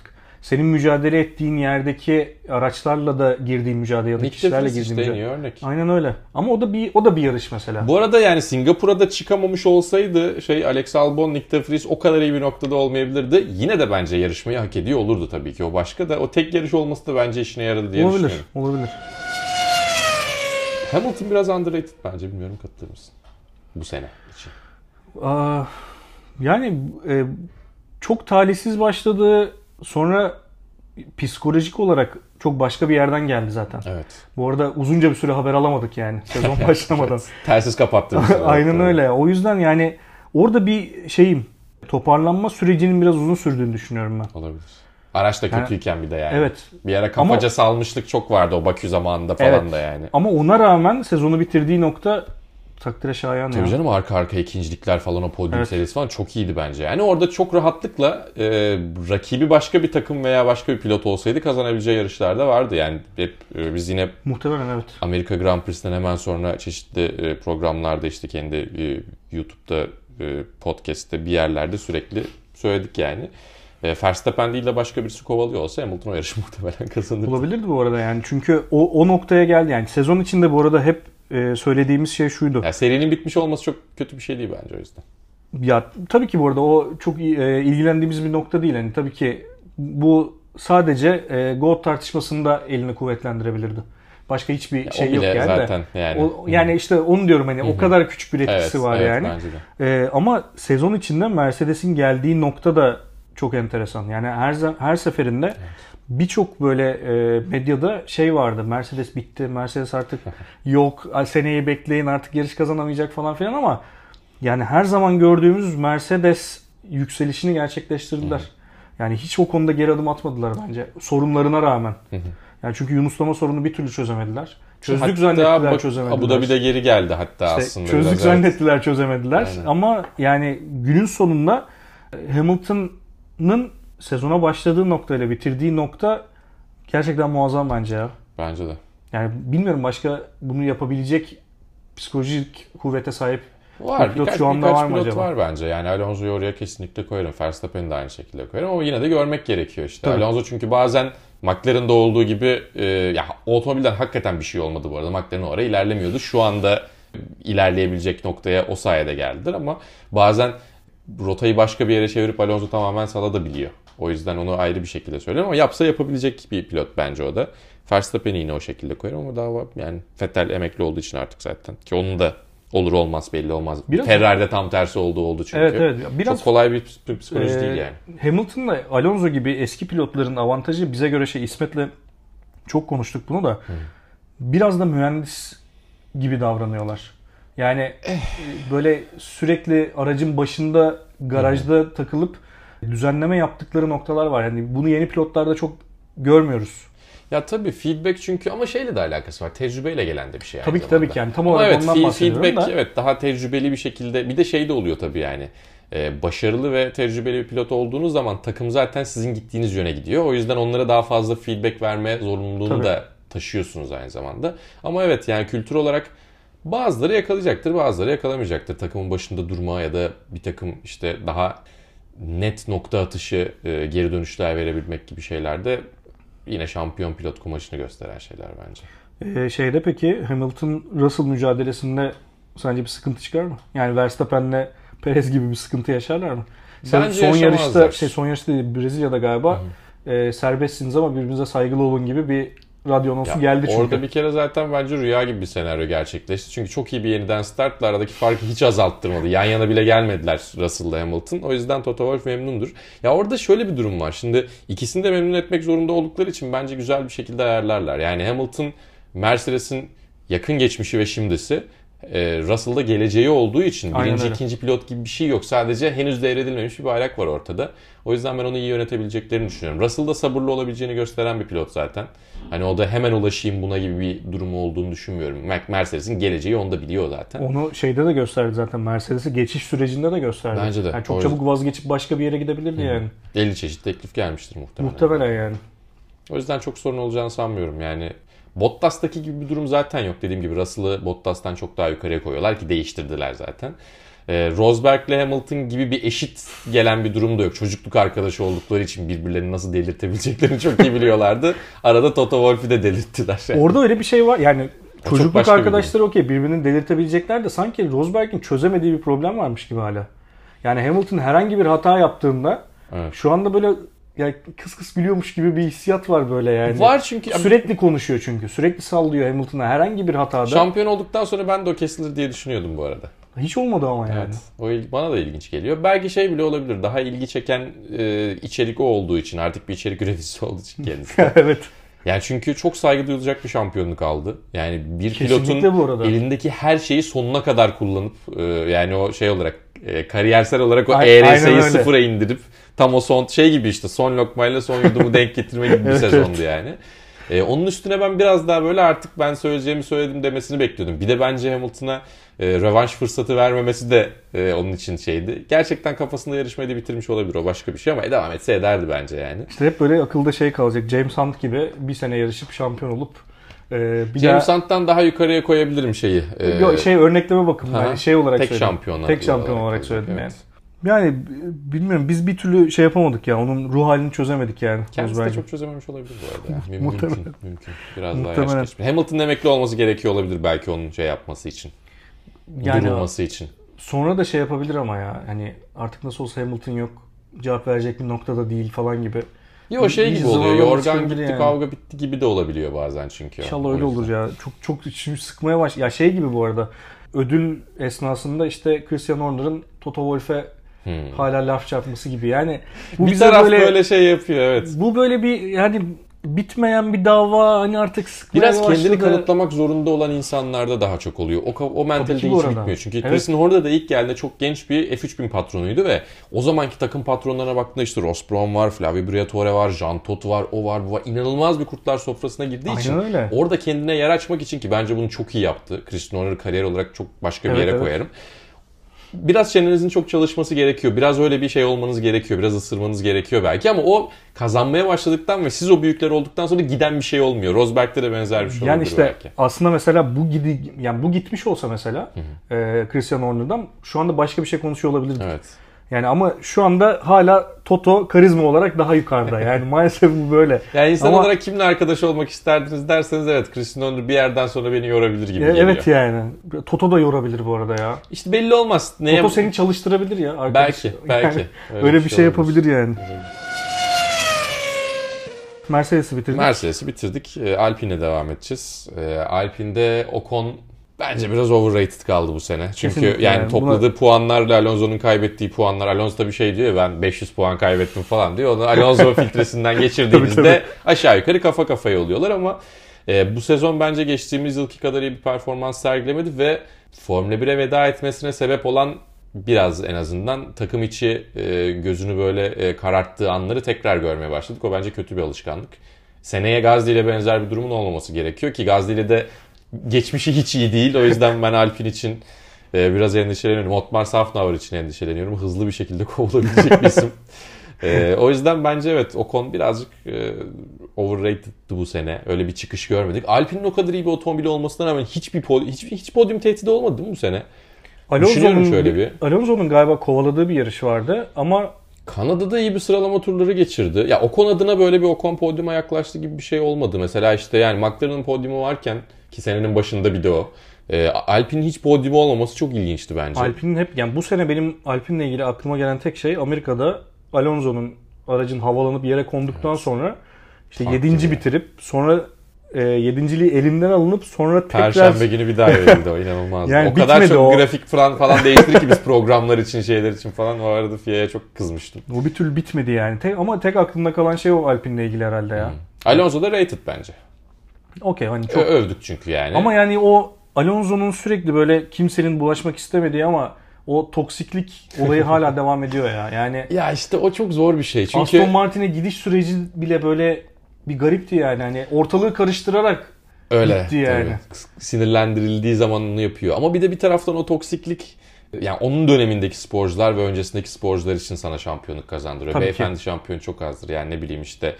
senin mücadele ettiğin yerdeki araçlarla da girdiğin mücadele ya da Nick kişilerle Defries girdiğin işte en mücadele. iyi örnek. Aynen öyle. Ama o da bir o da bir yarış mesela. Bu arada yani Singapur'a da çıkamamış olsaydı şey Alex Albon, Nick Defries o kadar iyi bir noktada olmayabilirdi. Yine de bence yarışmayı hak ediyor olurdu tabii ki. O başka da o tek yarış olması da bence işine yaradı diye Olabilir. düşünüyorum. Olabilir. Hamilton biraz underrated bence. Bilmiyorum, katılır mısın? Bu sene için. Aa, yani e, çok talihsiz başladı. Sonra psikolojik olarak çok başka bir yerden geldi zaten. Evet. Bu arada uzunca bir süre haber alamadık yani sezon başlamadan. Evet. Telsiz kapattı. Aynen öyle. O yüzden yani orada bir şeyim, toparlanma sürecinin biraz uzun sürdüğünü düşünüyorum ben. Olabilir. Araç da kötüyken bir de yani. Evet. Bir ara kafaca Ama, salmışlık çok vardı o Bakü zamanında falan evet. da yani. Ama ona rağmen sezonu bitirdiği nokta takdire şayan Tabii ya. canım, arka arkaya ikincilikler falan, o podyum Evet. serisi falan çok iyiydi bence. Yani orada çok rahatlıkla e, rakibi başka bir takım veya başka bir pilot olsaydı kazanabileceği yarışlar da vardı. Yani hep e, biz yine Muhtemelen evet. Amerika Grand Prix'sinden hemen sonra çeşitli e, programlarda işte kendi e, YouTube'da, e, podcast'te bir yerlerde sürekli söyledik yani. E, Verstappen değil de başka birisi kovalıyor olsa Hamilton o yarışı muhtemelen kazanırdı. Olabilirdi bu arada yani. Çünkü o, o noktaya geldi yani. Sezon içinde bu arada hep e, söylediğimiz şey şuydu. Yani serinin bitmiş olması çok kötü bir şey değil bence o yüzden. Ya tabii ki bu arada o çok e, ilgilendiğimiz bir nokta değil. Yani tabii ki bu sadece e, GOAT tartışmasında elini kuvvetlendirebilirdi. Başka hiçbir Ya şey o yok bile yani zaten de. yani. O, yani işte onu diyorum hani o kadar küçük bir etkisi Evet, var evet, yani. bence de. E, ama sezon içinde Mercedes'in geldiği nokta da çok enteresan. Yani her her seferinde evet. Birçok böyle e, medyada şey vardı. Mercedes bitti. Mercedes artık yok. Seneyi bekleyin, artık yarış kazanamayacak falan filan ama yani her zaman gördüğümüz Mercedes yükselişini gerçekleştirdiler. Hı hı. Yani hiç o konuda geri adım atmadılar bence. Sorunlarına rağmen. Hı hı. Yani çünkü Yunuslama sorunu bir türlü çözemediler. Çözdük hatta zannettiler, bak, çözemediler. Abu Dhabi'de geri geldi hatta işte aslında. Çözdük zannettiler, evet. Çözemediler. Aynen. Ama yani günün sonunda Hamilton'ın sezona başladığı noktayla bitirdiği nokta gerçekten muazzam bence ya. Bence de. Yani bilmiyorum, başka bunu yapabilecek psikolojik kuvvete sahip var. bir pilot birkaç, şu anda birkaç var mı pilot acaba? var bence. Yani Alonso'yu oraya kesinlikle koyarım. Verstappen'i de aynı şekilde koyarım ama yine de görmek gerekiyor işte. Tabii. Alonso çünkü bazen McLaren'da olduğu gibi e, ya otomobilden hakikaten bir şey olmadı bu arada. McLaren oraya ilerlemiyordu. Şu anda ilerleyebilecek noktaya o sayede geldiler ama bazen rotayı başka bir yere çevirip Alonso tamamen saladabiliyor. O yüzden onu ayrı bir şekilde söylüyorum ama yapsa yapabilecek bir pilot bence o da. Verstappen'i yine o şekilde koyarım ama daha var. Yani Vettel emekli olduğu için artık zaten. Ki onun da olur olmaz belli olmaz. Biraz Ferrari'de tam tersi olduğu oldu çünkü. Evet, evet. Biraz, çok kolay bir psikoloji e, değil yani. Hamilton'la Alonso gibi eski pilotların avantajı, bize göre şey, İsmet'le çok konuştuk bunu da. Hı. Biraz da mühendis gibi davranıyorlar. Yani eh. böyle sürekli aracın başında, garajda Hı. takılıp düzenleme yaptıkları noktalar var. Yani bunu yeni pilotlarda çok görmüyoruz. Ya tabii feedback çünkü ama şeyle de alakası var. Tecrübeyle gelen de bir şey. Tabii ki zamanda. tabii ki yani tam olarak evet, ondan bahsediyorum feedback, da. Evet, daha tecrübeli bir şekilde, bir de şey de oluyor tabii yani. Ee, başarılı ve tecrübeli bir pilot olduğunuz zaman takım zaten sizin gittiğiniz yöne gidiyor. O yüzden onlara daha fazla feedback verme zorunluluğunu tabii. da taşıyorsunuz aynı zamanda. Ama evet yani kültür olarak bazıları yakalayacaktır, bazıları yakalamayacaktır. Takımın başında durma ya da bir takım işte daha net nokta atışı, e, geri dönüşler verebilmek gibi şeylerde yine şampiyon pilot kumaşını gösteren şeyler bence. Ee, şeyde peki Hamilton-Russell mücadelesinde sence bir sıkıntı çıkar mı? Yani Verstappen'le Perez gibi bir sıkıntı yaşarlar mı? Sen bence son yarışta, şey son yarışta değil, Brezilya'da galiba e, serbestsiniz ama birbirinize saygılı olun gibi bir radyonosu geldi çünkü. Orada bir kere zaten bence rüya gibi bir senaryo gerçekleşti. Çünkü çok iyi bir yeniden startla aradaki farkı hiç azalttırmadı. Yan yana bile gelmediler Russell'la Hamilton. O yüzden Toto Wolff memnundur. Ya orada şöyle bir durum var. Şimdi ikisini de memnun etmek zorunda oldukları için bence güzel bir şekilde ayarlarlar. Yani Hamilton, Mercedes'in yakın geçmişi ve şimdisi. Russell'da geleceği olduğu için birinci, ikinci pilot gibi bir şey yok. Sadece henüz devredilmemiş bir bayrak var ortada. O yüzden ben onu iyi yönetebileceklerini düşünüyorum. Russell da sabırlı olabileceğini gösteren bir pilot zaten. Hani o da hemen ulaşayım buna gibi bir durumu olduğunu düşünmüyorum. Mercedes'in geleceği onu da biliyor zaten. Onu şeyde de gösterdi zaten. Mercedes'i geçiş sürecinde de gösterdi. Bence de. Yani çok çabuk vazgeçip başka bir yere gidebilirdi Hı. yani. elli çeşit teklif gelmiştir muhtemelen. Muhtemelen yani. O yüzden çok sorun olacağını sanmıyorum. Yani Bottas'taki gibi bir durum zaten yok. Dediğim gibi Russell'ı Bottas'tan çok daha yukarıya koyuyorlar ki değiştirdiler zaten. Ee, Rosberg'le Hamilton gibi bir eşit gelen bir durum da yok. Çocukluk arkadaşı oldukları için birbirlerini nasıl delirtebileceklerini çok iyi biliyorlardı. Arada Toto Wolff'ü de delirttiler. Orada öyle bir şey var. Yani O çocukluk arkadaşları okey birbirini delirtebilecekler de sanki Rosberg'in çözemediği bir problem varmış gibi hala. Yani Hamilton herhangi bir hata yaptığında evet. Şu anda böyle yani kıs kıs gülüyormuş gibi bir hissiyat var böyle yani. Var çünkü. Sürekli konuşuyor çünkü. Sürekli sallıyor Hamilton'a herhangi bir hatada. Şampiyon olduktan sonra ben de o kesilir diye düşünüyordum bu arada. Hiç olmadı ama yani. Evet, o il- bana da ilginç geliyor. Belki şey bile olabilir. Daha ilgi çeken e, içerik o olduğu için. Artık bir içerik üreticisi olduğu için kendisi. Evet. Yani çünkü çok saygı duyulacak bir şampiyonluk aldı. Yani bir Kesinlikle pilotun elindeki her şeyi sonuna kadar kullanıp e, yani o şey olarak e, kariyersel olarak o A- E R S'yi sıfıra indirip tam o son şey gibi işte son lokmayla son yudumu denk getirme gibi bir evet, sezondu evet. yani. Ee, onun üstüne ben biraz daha böyle artık ben söyleyeceğimi söyledim demesini bekliyordum. Bir de bence Hamilton'a e, rövanş fırsatı vermemesi de e, onun için şeydi. Gerçekten kafasında yarışmayı da bitirmiş olabilir, o başka bir şey ama devam etse ederdi bence yani. İşte hep böyle akılda şey kalacak. James Hunt gibi bir sene yarışıp şampiyon olup e, bir James daha... Hunt'tan daha yukarıya koyabilirim şeyi. E, Yo, şey örnekleme bakımından yani şey olarak tek söyledim. şampiyon Tek şampiyon olarak, olarak söyledim evet. yani. Yani bilmiyorum biz bir türlü şey yapamadık ya. Onun ruh halini çözemedik yani. Kendisi de çok çözememiş olabilir bu arada. Yani. Mümkün, mümkün, mümkün. Biraz daha yaş geçmiş. Hamilton'ın emekli olması gerekiyor olabilir belki onun şey yapması için. Yani durulması için. Sonra da şey yapabilir ama ya. Hani artık nasıl olsa Hamilton yok. Cevap verecek bir noktada değil falan gibi. Yok şey gibi oluyor. Yorgan gitti yani. Kavga bitti gibi de olabiliyor bazen çünkü. İnşallah öyle olur ya. Çok çok içimi sıkmaya baş. Ya şey gibi bu arada. Ödül esnasında işte Christian Horner'ın Toto Wolff'e Hmm. hala laf çarpması gibi yani. Bu bir taraf böyle, böyle şey yapıyor evet. Bu böyle bir yani bitmeyen bir dava hani artık biraz kendini başladı. Kanıtlamak zorunda olan insanlarda daha çok oluyor. O o mentalite hiç bitmiyor. Çünkü evet. Christian Horner da ilk geldiğinde çok genç bir F üç bin patronuydu ve o zamanki takım patronlarına baktığında işte Ross Brawn var, Flavio Briatore var, Jean Todt var, o var, bu var. İnanılmaz bir kurtlar sofrasına girdiği Aynen için öyle. Orada kendine yer açmak için ki bence bunu çok iyi yaptı. Christian Horner kariyer olarak çok başka bir evet, yere evet. koyarım. Biraz çenenizin çok çalışması gerekiyor. Biraz öyle bir şey olmanız gerekiyor. Biraz ısırmanız gerekiyor belki ama o kazanmaya başladıktan ve siz o büyükler olduktan sonra giden bir şey olmuyor. Rosberg'te de benzer bir şey yani olabilir işte belki. Aslında mesela bu gidi yani bu gitmiş olsa mesela e, Christian Horner'dan şu anda başka bir şey konuşuyor olabilirdik. Evet. Yani ama şu anda hala Toto karizma olarak daha yukarıda. Yani maalesef bu böyle. Yani insan ama... olarak kimle arkadaş olmak isterdiniz derseniz evet Christian Horner bir yerden sonra beni yorabilir gibi geliyor. Evet yani. Toto da yorabilir bu arada ya. İşte belli olmaz. Neye... Toto seni çalıştırabilir ya. Arkadaş. Belki. Belki. Yani öyle, öyle bir şey, şey yapabilir yani. Mercedes'i bitirdik. Mercedes'i bitirdik. Alpine'e devam edeceğiz. Alpine'de Ocon bence biraz overrated kaldı bu sene. Çünkü Kesinlikle yani, yani topladığı buna... puanlarla Alonso'nun kaybettiği puanlar. Alonso da bir şey diyor ya ben beş yüz puan kaybettim falan diyor. Onu Alonso filtresinden geçirdiğinizde tabii, tabii. aşağı yukarı kafa kafaya oluyorlar ama e, bu sezon bence geçtiğimiz yılki kadar iyi bir performans sergilemedi ve Formula bire veda etmesine sebep olan biraz en azından takım içi e, gözünü böyle e, kararttığı anları tekrar görmeye başladık. O bence kötü bir alışkanlık. Seneye Gasly ile benzer bir durumun olmaması gerekiyor ki Gasly ile de geçmişi hiç iyi değil. O yüzden ben Alpine için e, biraz endişeleniyorum. Otmar Safnauer için endişeleniyorum. Hızlı bir şekilde kovulabilecek bir isim. e, o yüzden bence evet Ocon birazcık e, overrated'dı bu sene. Öyle bir çıkış görmedik. Alpine'in o kadar iyi bir otomobili olmasına rağmen hiçbir pod- hiç, hiç podyum tehdidi olmadı değil mi bu sene? Alonso'nun, şöyle bir. Alonso'nun galiba kovaladığı bir yarış vardı ama Kanada'da iyi bir sıralama turları geçirdi. Ya Ocon adına böyle bir Ocon podyuma yaklaştı gibi bir şey olmadı. Mesela işte yani McLaren'ın podyumu varken ki senenin başında bir de o. E, Alpine'in hiç podyumu olmaması çok ilginçti bence. Alpine'in hep yani bu sene benim Alpine'le ilgili aklıma gelen tek şey Amerika'da Alonso'nun aracın havalanıp yere konduktan evet. sonra işte yedinci bitirip sonra e, yedinciliği elinden alınıp sonra tekrar... Perşembe günü bir daha verildi o inanılmaz. yani o kadar çok o. grafik falan, falan değiştirdi ki biz programlar için şeyler için falan o arada F I A'ya çok kızmıştım. Bu bir türlü bitmedi yani. Tek, ama tek aklımda kalan şey o Alpine'le ilgili herhalde ya. Hmm. Alonso da rated bence. Okey hani çok... Övdük çünkü yani. Ama yani o Alonso'nun sürekli böyle kimsenin bulaşmak istemediği ama o toksiklik olayı hala devam ediyor ya. Yani ya işte o çok zor bir şey. Çünkü Aston Martin'e gidiş süreci bile böyle bir garipti yani. Hani ortalığı karıştırarak öyle, gitti yani. Tabii. Sinirlendirildiği zaman onu yapıyor. Ama bir de bir taraftan o toksiklik yani onun dönemindeki sporcular ve öncesindeki sporcular için sana şampiyonluk kazandırıyor. Tabii Beyefendi ki. Şampiyon çok azdır. Yani ne bileyim işte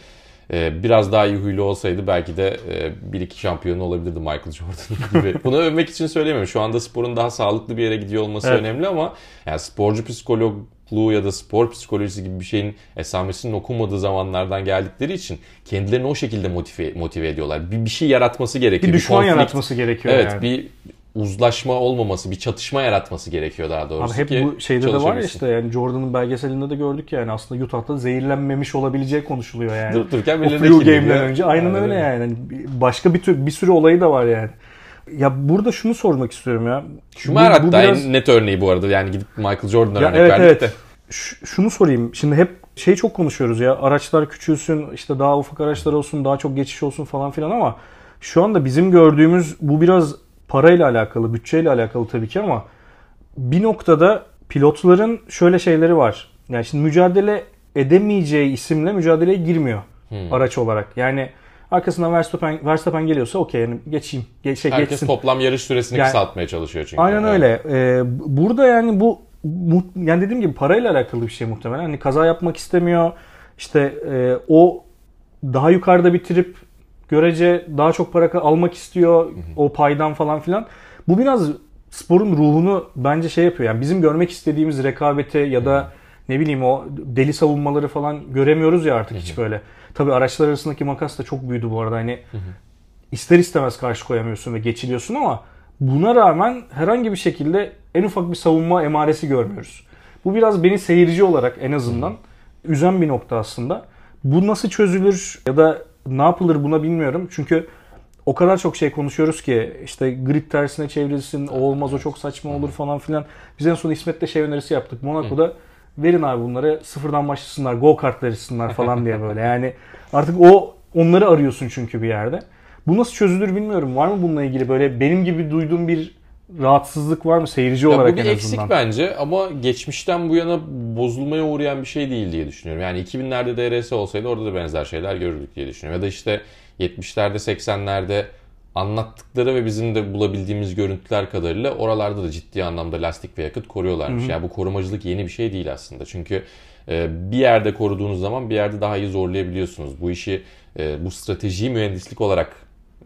e, biraz daha iyi huylu olsaydı belki de e, bir iki şampiyonu olabilirdi Michael Jordan gibi. Bunu övmek için söylemiyorum. Şu anda sporun daha sağlıklı bir yere gidiyor olması evet. önemli ama yani sporcu psikologluğu ya da spor psikolojisi gibi bir şeyin esamesinin okunmadığı zamanlardan geldikleri için kendilerini o şekilde motive, motive ediyorlar. Bir, bir şey yaratması gerekiyor. Bir düşman bir konflikt, yaratması gerekiyor evet, yani. Bir uzlaşma olmaması, bir çatışma yaratması gerekiyor daha doğrusu. Abi hep ki bu şeyde de var ya işte yani Jordan'ın belgeselinde de gördük yani aslında Utah'ta zehirlenmemiş olabileceği konuşuluyor yani. Durup dururken o birilerine flu kirleniyor. game'den önce. Aynen, Aynen öyle yani. yani. Başka bir tür bir sürü olayı da var yani. Ya burada şunu sormak istiyorum ya. Schumacher hatta biraz... en net örneği bu arada. Yani gidip Michael Jordan'dan örnek evet, verdik evet. de. Ş- şunu sorayım. Şimdi hep şey çok konuşuyoruz ya. Araçlar küçülsün, işte daha ufak araçlar olsun, daha çok geçiş olsun falan filan ama şu anda bizim gördüğümüz bu biraz parayla alakalı, bütçeyle alakalı tabii ki ama bir noktada pilotların şöyle şeyleri var. Yani şimdi mücadele edemeyeceği isimle mücadeleye girmiyor hmm. araç olarak. Yani arkasından Verstappen, Verstappen geliyorsa okey yani geçeyim. Ge- şey, Herkes geçsin. toplam yarış süresini yani, kısaltmaya çalışıyor çünkü. Aynen öyle. Ee, burada yani bu yani dediğim gibi parayla alakalı bir şey muhtemelen. Hani kaza yapmak istemiyor. İşte e, o daha yukarıda bitirip görece daha çok para almak istiyor. Hı hı. O paydan falan filan. Bu biraz sporun ruhunu bence şey yapıyor. Yani bizim görmek istediğimiz rekabeti ya da hı. ne bileyim o deli savunmaları falan göremiyoruz ya artık hı hı. hiç böyle. Tabii araçlar arasındaki makas da çok büyüdü bu arada. Hani hı hı. ister istemez karşı koyamıyorsun ve geçiliyorsun ama buna rağmen herhangi bir şekilde en ufak bir savunma emaresi görmüyoruz. Bu biraz beni seyirci olarak en azından hmm. üzen bir nokta aslında. Bu nasıl çözülür ya da ne yapılır buna bilmiyorum. Çünkü o kadar çok şey konuşuyoruz ki işte grid tersine çevrilsin, o olmaz, o çok saçma olur falan filan. Biz en son İsmet'le şey önerisi yaptık. Monaco'da verin abi bunları sıfırdan başlasınlar, go kart yarışsınlar falan diye böyle. Yani artık o onları arıyorsun çünkü bir yerde. Bu nasıl çözülür bilmiyorum. Var mı bununla ilgili böyle benim gibi duyduğum bir rahatsızlık var mı seyirci ya olarak en azından? Bu bir azından? eksik bence ama geçmişten bu yana bozulmaya uğrayan bir şey değil diye düşünüyorum. Yani iki binlerde D R S olsaydı orada da benzer şeyler görürdük diye düşünüyorum. Ya da işte yetmişlerde seksenlerde anlattıkları ve bizim de bulabildiğimiz görüntüler kadarıyla oralarda da ciddi anlamda lastik ve yakıt koruyorlarmış. Hı hı. Yani bu korumacılık yeni bir şey değil aslında. Çünkü bir yerde koruduğunuz zaman bir yerde daha iyi zorlayabiliyorsunuz. Bu işi, bu stratejiyi mühendislik olarak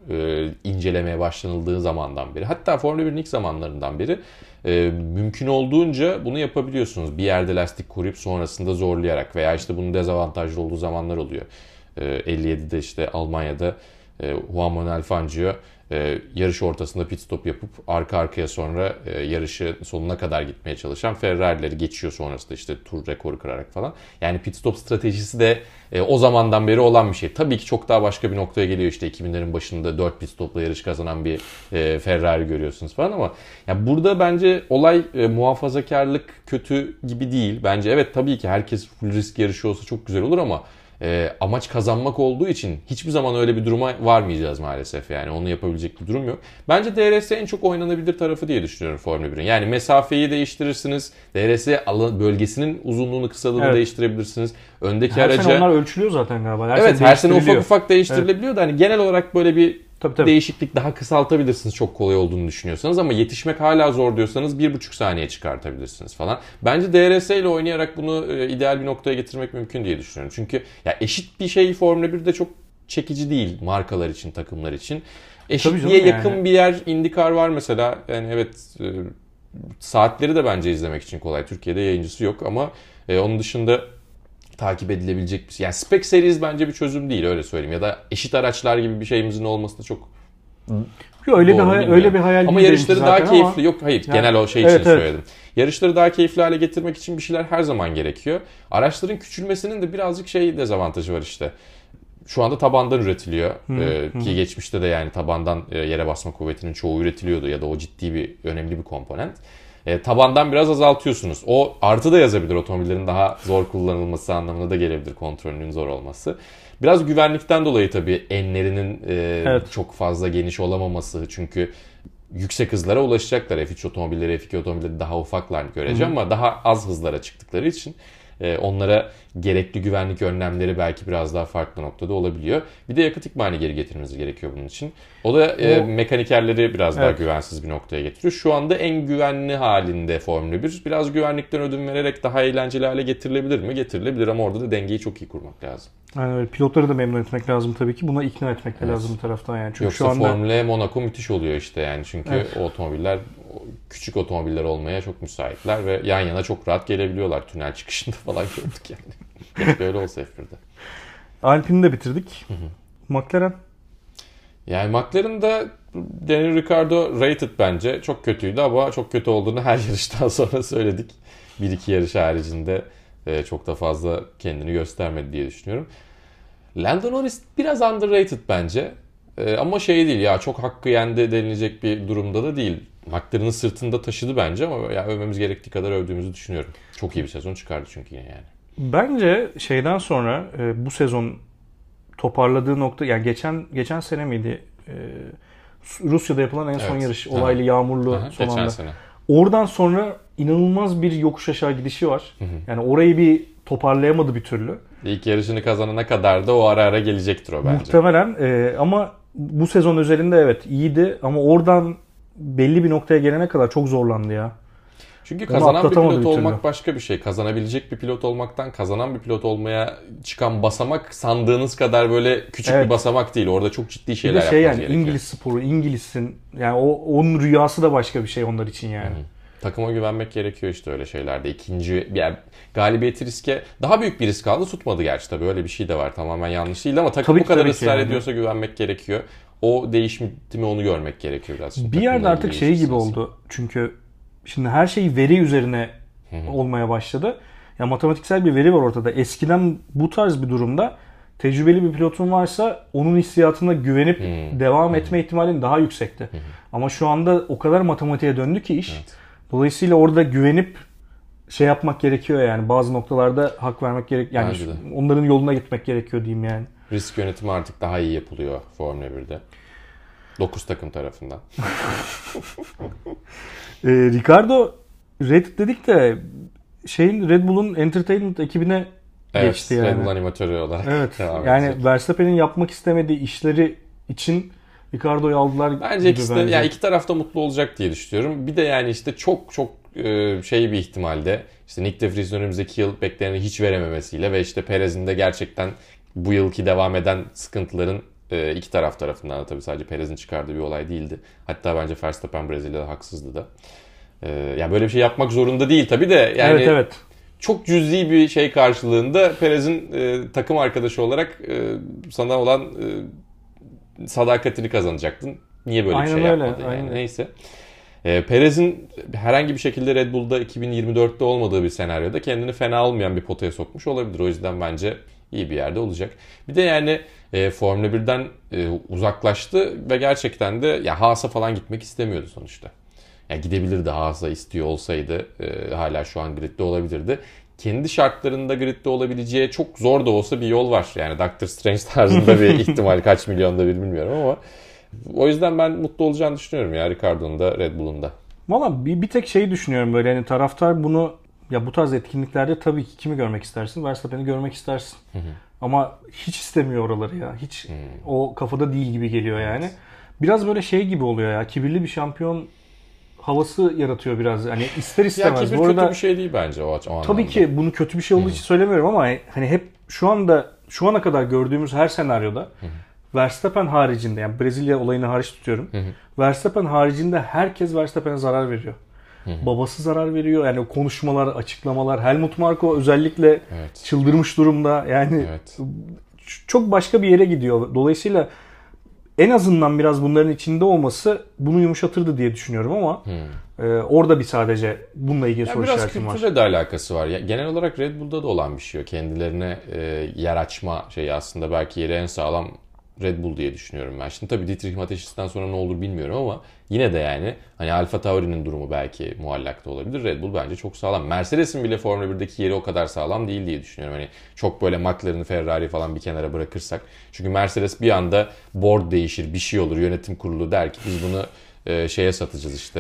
e, incelemeye başlanıldığı zamandan beri, hatta Formula bir'in ilk zamanlarından beri e, mümkün olduğunca bunu yapabiliyorsunuz. Bir yerde lastik koruyup sonrasında zorlayarak veya işte bunun dezavantajlı olduğu zamanlar oluyor. E, elli yedide işte Almanya'da e, Juan Manuel Fangio e, yarış ortasında pit stop yapıp arka arkaya sonra e, yarışı sonuna kadar gitmeye çalışan Ferrari'leri geçiyor sonrasında işte tur rekoru kırarak falan. Yani pit stop stratejisi de e, o zamandan beri olan bir şey. Tabii ki çok daha başka bir noktaya geliyor işte iki binlerin başında dört pit stopla yarış kazanan bir e, Ferrari görüyorsunuz falan ama yani burada bence olay e, muhafazakarlık kötü gibi değil. Bence evet tabii ki herkes full risk yarışı olsa çok güzel olur ama E, amaç kazanmak olduğu için hiçbir zaman öyle bir duruma varmayacağız maalesef. Yani onu yapabilecek bir durum yok. Bence D R S en çok oynanabilir tarafı diye düşünüyorum Formula bir'in. Yani mesafeyi değiştirirsiniz. D R S bölgesinin uzunluğunu, kısalığını evet. değiştirebilirsiniz. Öndeki her araca... sene onlar ölçülüyor zaten galiba. Her evet, her sene ufak ufak değiştirilebiliyor evet. da hani genel olarak böyle bir Tabii, tabii. değişiklik daha kısaltabilirsiniz çok kolay olduğunu düşünüyorsanız ama yetişmek hala zor diyorsanız bir buçuk saniye çıkartabilirsiniz falan. Bence D R S ile oynayarak bunu e, ideal bir noktaya getirmek mümkün diye düşünüyorum. Çünkü ya eşit bir şey Formula bir'de çok çekici değil markalar için, takımlar için. Eşitliğe yakın yani. Bir yer IndyCar var mesela. Yani evet e, saatleri de bence izlemek için kolay. Türkiye'de yayıncısı yok ama e, onun dışında takip edilebilecek bir şey. Yani Spec Series bence bir çözüm değil öyle söyleyeyim. Ya da eşit araçlar gibi bir şeyimizin olması da çok Yok, öyle bir hayal, öyle bir hayal ama yarışları daha keyifli. Ama... Yok hayır yani, genel o şey evet, için evet. söyledim. Yarışları daha keyifli hale getirmek için bir şeyler her zaman gerekiyor. Araçların küçülmesinin de birazcık şey dezavantajı var işte. Şu anda tabandan üretiliyor. Hmm, ee, hmm. Ki geçmişte de yani tabandan yere basma kuvvetinin çoğu üretiliyordu ya da o ciddi bir önemli bir komponent. E, tabandan biraz azaltıyorsunuz. O artı da yazabilir, otomobillerin daha zor kullanılması anlamına da gelebilir, kontrolünün zor olması. Biraz güvenlikten dolayı tabii enlerinin e, evet. çok fazla geniş olamaması. Çünkü yüksek hızlara ulaşacaklar. F üç otomobilleri, F iki otomobilleri daha ufaklar göreceğim ama daha az hızlara çıktıkları için e, onlara gerekli güvenlik önlemleri belki biraz daha farklı noktada olabiliyor. Bir de yakıt ikmalini geri getirmeniz gerekiyor bunun için. O da e, mekanikerleri biraz evet. daha güvensiz bir noktaya getiriyor. Şu anda en güvenli halinde Formula bir. Biraz güvenlikten ödün vererek daha eğlenceli hale getirilebilir mi? Getirilebilir ama orada da dengeyi çok iyi kurmak lazım. Yani öyle. Pilotları da memnun etmek lazım tabii ki. Buna ikna etmek de evet. lazım bir taraftan yani. Çünkü Yoksa şu anda Formula Monaco müthiş oluyor işte yani. Çünkü evet. o otomobiller küçük otomobiller olmaya çok müsaitler ve yan yana çok rahat gelebiliyorlar. Tünel çıkışında falan gördük yani. Keşke öyle olsa F bir'de. Alpine'i de bitirdik. Hı hı. McLaren? Yani McLaren'da Daniel Ricciardo rated bence. Çok kötüydü ama çok kötü olduğunu her yarıştan sonra söyledik. Bir iki yarış haricinde çok da fazla kendini göstermedi diye düşünüyorum. Lando Norris biraz underrated bence. Ama şey değil ya, çok hakkı yendi denilecek bir durumda da değil. McLaren'ın sırtında taşıdı bence ama ya övmemiz gerektiği kadar övdüğümüzü düşünüyorum. Çok iyi bir sezon çıkardı çünkü yine yani. Bence şeyden sonra e, bu sezon toparladığı nokta, yani geçen geçen sene miydi? E, Rusya'da yapılan en son evet. yarış, olaylı, yağmurlu Aha, son geçen anda. Sene. Oradan sonra inanılmaz bir yokuş aşağı gidişi var. Hı hı. Yani orayı bir toparlayamadı bir türlü. İlk yarışını kazanana kadar da o ara ara gelecektir o bence. Muhtemelen e, ama bu sezon özelinde evet iyiydi ama oradan belli bir noktaya gelene kadar çok zorlandı ya. Çünkü kazanan bir pilot bir olmak başka bir şey. Kazanabilecek bir pilot olmaktan kazanan bir pilot olmaya çıkan basamak sandığınız kadar böyle küçük evet. bir basamak değil. Orada çok ciddi şeyler şey yapmanız yani, gerekiyor. İngiliz sporu, İngilizsin. Yani o onun rüyası da başka bir şey onlar için yani. Hı-hı. Takıma güvenmek gerekiyor işte öyle şeylerde. İkinci yani galibiyeti riske, daha büyük bir risk aldı, tutmadı gerçi tabii, öyle bir şey de var, tamamen yanlış değil ama takım tabii bu kadar ısrar yani. ediyorsa güvenmek gerekiyor. O değişimi onu görmek gerekiyor biraz. Şimdi bir yerde artık şey gibi oldu çünkü şimdi her şey veri üzerine Hı-hı. olmaya başladı. Ya matematiksel bir veri var ortada. Eskiden bu tarz bir durumda tecrübeli bir pilotun varsa onun hissiyatına güvenip Hı-hı. devam Hı-hı. etme ihtimalin daha yüksekti. Hı-hı. Ama şu anda o kadar matematiğe döndü ki iş. Evet. Dolayısıyla orada güvenip şey yapmak gerekiyor yani, bazı noktalarda hak vermek gerek yani onların yoluna gitmek gerekiyor diyeyim yani. Risk yönetimi artık daha iyi yapılıyor Formula birde. dokuz takım tarafından. e, Ricardo Red dedik de şeyin Red Bull'un Entertainment ekibine evet, geçti yani. Red Bull animatörü olarak. Evet. Yani edecek. Verstappen'in yapmak istemediği işleri için Ricardo'yu aldılar. Bence ikisi de, yani iki taraf da mutlu olacak diye düşünüyorum. Bir de yani işte çok çok şey bir ihtimalde işte Nick de Vries'in önümüzdeki yıl bekleneni hiç verememesiyle ve işte Perez'in de gerçekten bu yılki devam eden sıkıntıların iki taraf tarafından da, tabii sadece Perez'in çıkardığı bir olay değildi. Hatta bence Verstappen Brezilya'da haksızdı da. Yani böyle bir şey yapmak zorunda değil tabii de yani evet, evet. çok cüzi bir şey karşılığında Perez'in e, takım arkadaşı olarak e, sana olan e, sadakatini kazanacaktın. Niye böyle aynen bir şey öyle, yapmadın yani? Aynen. Neyse. E, Perez'in herhangi bir şekilde Red Bull'da iki bin yirmi dörtte olmadığı bir senaryoda kendini fena olmayan bir potaya sokmuş olabilir. O yüzden bence iyi bir yerde olacak. Bir de yani e, Formula birden e, uzaklaştı ve gerçekten de ya Haas'a falan gitmek istemiyordu sonuçta. Yani gidebilirdi, Haas'a istiyor olsaydı e, hala şu an gridde olabilirdi. Kendi şartlarında gridde olabileceği çok zor da olsa bir yol var. Yani Doctor Strange tarzında bir ihtimal, kaç milyonda bir bilmiyorum ama o yüzden ben mutlu olacağını düşünüyorum ya Ricardo'nun da Red Bull'un da. Valla bir, bir tek şeyi düşünüyorum böyle, yani taraftar bunu, ya bu tarz etkinliklerde tabii ki kimi görmek istersin? Verstappen'i görmek istersin. Hı hı. Ama hiç istemiyor oraları ya. Hiç hı. o kafada değil gibi geliyor yani. Evet. Biraz böyle şey gibi oluyor ya. Kibirli bir şampiyon havası yaratıyor biraz. Hani ister istemez. Ya kibir bu arada, kötü bir şey değil bence o, o anlamda. Tabii ki bunu kötü bir şey olduğu Hı-hı. için söylemiyorum ama hani hep şu anda şu ana kadar gördüğümüz her senaryoda Hı-hı. Verstappen haricinde, yani Brezilya olayını hariç tutuyorum. Hı-hı. Verstappen haricinde herkes Verstappen'e zarar veriyor. Hı-hı. Babası zarar veriyor. Yani o konuşmalar, açıklamalar. Helmut Marko özellikle evet. çıldırmış durumda. Yani evet. çok başka bir yere gidiyor. Dolayısıyla en azından biraz bunların içinde olması bunu yumuşatırdı diye düşünüyorum ama hmm. e, orada bir sadece bununla ilgili yani soru işaretim var. Biraz kültürle de alakası var. Ya, genel olarak Red Bull'da da olan bir şey o. Kendilerine e, yer açma şeyi, aslında belki yeri en sağlam Red Bull diye düşünüyorum ben. Şimdi tabii Dietrich Mateschit'ten sonra ne olur bilmiyorum ama yine de yani hani Alfa Tauri'nin durumu belki muallakta olabilir. Red Bull bence çok sağlam. Mercedes'in bile Formula birdeki yeri o kadar sağlam değil diye düşünüyorum. Hani çok böyle McLaren'ı, Ferrari falan bir kenara bırakırsak. Çünkü Mercedes bir anda board değişir, bir şey olur, yönetim kurulu der ki biz bunu e, şeye satacağız işte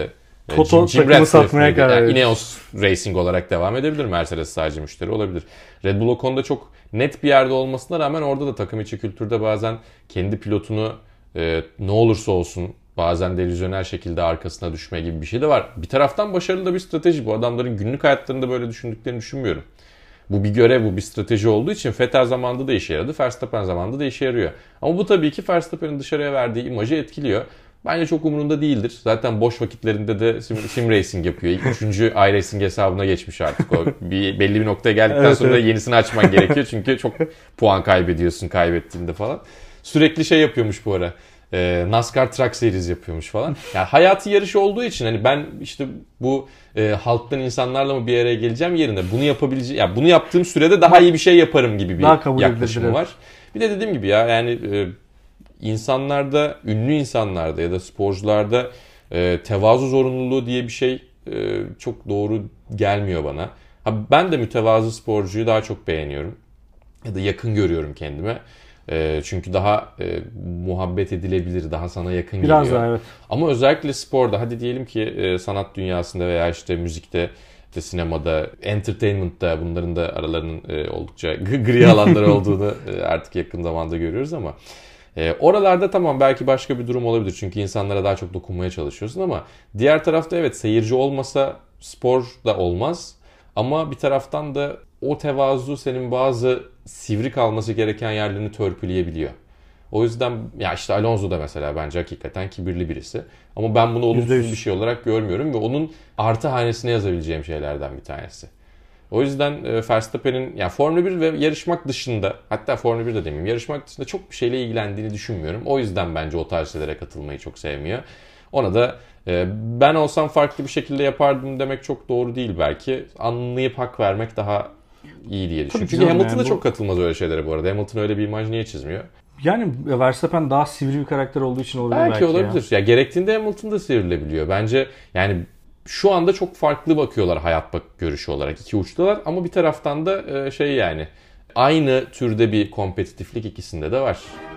Toto Jim, Jim takımı Ratcliffe satmaya miydi? karar Yani vermiş. Ineos Racing olarak devam edebilir. Mercedes sadece müşteri olabilir. Red Bull o konuda çok net bir yerde olmasına rağmen orada da takım içi kültürde bazen kendi pilotunu e, ne olursa olsun bazen delüzyonel şekilde arkasına düşme gibi bir şey de var. Bir taraftan başarılı da bir strateji. Bu adamların günlük hayatlarında böyle düşündüklerini düşünmüyorum. Bu bir görev, bu bir strateji olduğu için Vettel zamanında da işe yaradı, Verstappen zamanında da işe yarıyor. Ama bu tabii ki Verstappen'in dışarıya verdiği imajı etkiliyor. Bence çok umurunda değildir. Zaten boş vakitlerinde de sim, sim racing yapıyor. İlk üçüncü iRacing hesabına geçmiş artık. O bir, belli bir noktaya geldikten evet, sonra evet. yenisini açman gerekiyor. Çünkü çok puan kaybediyorsun kaybettiğinde falan. Sürekli şey yapıyormuş bu ara. Ee, NASCAR Truck Series yapıyormuş falan. Yani hayatı yarışı olduğu için hani ben işte bu e, halktan insanlarla mı bir araya geleceğim yerine bunu yapabileceğim, yani bunu yaptığım sürede daha iyi bir şey yaparım gibi bir yaklaşımı var. Bir de dediğim gibi ya yani e, insanlarda, ünlü insanlarda ya da sporcularda e, tevazu zorunluluğu diye bir şey e, çok doğru gelmiyor bana. Ha, ben de mütevazı sporcuyu daha çok beğeniyorum ya da yakın görüyorum kendime. E, çünkü daha e, muhabbet edilebilir, daha sana yakın Biraz geliyor. daha evet. Ama özellikle sporda, hadi diyelim ki e, sanat dünyasında veya işte müzikte, işte sinemada, entertainment'ta bunların da aralarının e, oldukça gri alanları olduğunu e, artık yakın zamanda görüyoruz ama e, oralarda tamam belki başka bir durum olabilir. Çünkü insanlara daha çok dokunmaya çalışıyorsun ama diğer tarafta evet seyirci olmasa spor da olmaz. Ama bir taraftan da o tevazu senin bazı sivri kalması gereken yerlerini törpüleyebiliyor. O yüzden ya işte Alonso da mesela bence hakikaten kibirli birisi. Ama ben bunu olumsuz bir şey olarak görmüyorum ve onun artı hanesine yazabileceğim şeylerden bir tanesi. O yüzden e, Verstappen'in yani Formula bir ve yarışmak dışında, hatta Formula bir de demeyeyim, yarışmak dışında çok bir şeyle ilgilendiğini düşünmüyorum. O yüzden bence o tarz şeylere katılmayı çok sevmiyor. Ona da e, ben olsam farklı bir şekilde yapardım demek çok doğru değil belki. Anlayıp hak vermek daha iyi diye düşünüyorum. Çünkü Hamilton yani da bu... çok katılmaz öyle şeylere bu arada. Hamilton öyle bir imaj niye çizmiyor? Yani Verstappen daha sivri bir karakter olduğu için olabilir belki. Belki olabilir. Ya. Ya gerektiğinde Hamilton da sivrilebiliyor. Bence yani şu anda çok farklı bakıyorlar hayat bak görüşü olarak. İki uçtalar ama bir taraftan da şey yani aynı türde bir kompetitiflik ikisinde de var.